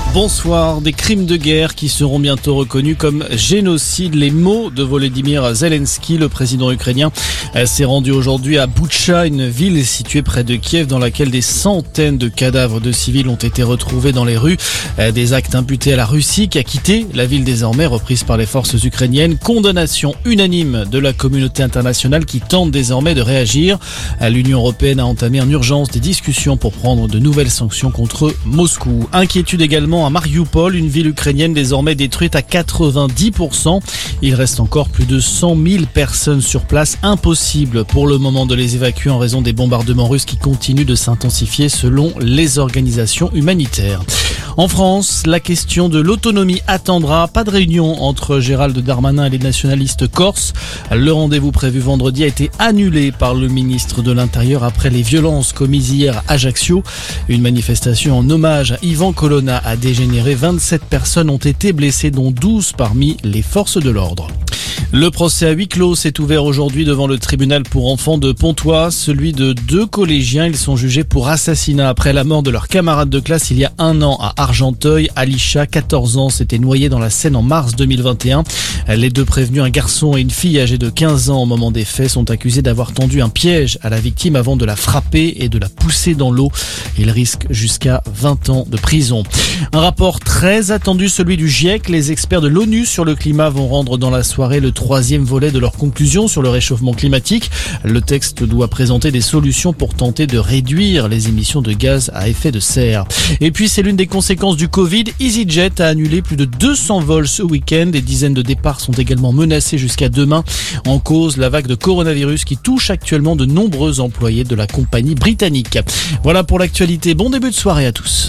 Bonsoir. Des crimes de guerre qui seront bientôt reconnus comme génocide. Les mots de Volodymyr Zelensky, le président ukrainien, s'est rendu aujourd'hui à Boutcha, une ville située près de Kiev dans laquelle des centaines de cadavres de civils ont été retrouvés dans les rues. Des actes imputés à la Russie qui a quitté la ville désormais reprise par les forces ukrainiennes. Condamnation unanime de la communauté internationale qui tente désormais de réagir. L'Union européenne a entamé en urgence des discussions pour prendre de nouvelles sanctions contre Moscou. Inquiétude également à Mariupol, une ville ukrainienne désormais détruite à 90%. Il reste encore plus de 100 000 personnes sur place. Impossible pour le moment de les évacuer en raison des bombardements russes qui continuent de s'intensifier selon les organisations humanitaires. En France, la question de l'autonomie attendra. Pas de réunion entre Gérald Darmanin et les nationalistes corses. Le rendez-vous prévu vendredi a été annulé par le ministre de l'Intérieur après les violences commises hier à Ajaccio. Une manifestation en hommage à Yvan Colonna a dégénéré. 27 personnes ont été blessées, dont 12 parmi les forces de l'ordre. Le procès à huis clos s'est ouvert aujourd'hui devant le tribunal pour enfants de Pontoise, celui de 2 collégiens. Ils sont jugés pour assassinat après la mort de leur camarade de classe il y a 1 an à Argenteuil. Alisha, 14 ans, s'était noyé dans la Seine en mars 2021. Les 2 prévenus, un garçon et une fille âgée de 15 ans au moment des faits, sont accusés d'avoir tendu un piège à la victime avant de la frapper et de la pousser dans l'eau. Ils risquent jusqu'à 20 ans de prison. Un rapport très attendu, celui du GIEC. Les experts de l'ONU sur le climat vont rendre dans la soirée le 3e volet de leurs conclusions sur le réchauffement climatique. Le texte doit présenter des solutions pour tenter de réduire les émissions de gaz à effet de serre. Et puis c'est l'une des conséquences du Covid. EasyJet a annulé plus de 200 vols ce week-end. Des dizaines de départs sont également menacés jusqu'à demain. En cause, la vague de coronavirus qui touche actuellement de nombreux employés de la compagnie britannique. Voilà pour l'actualité. Bon début de soirée à tous.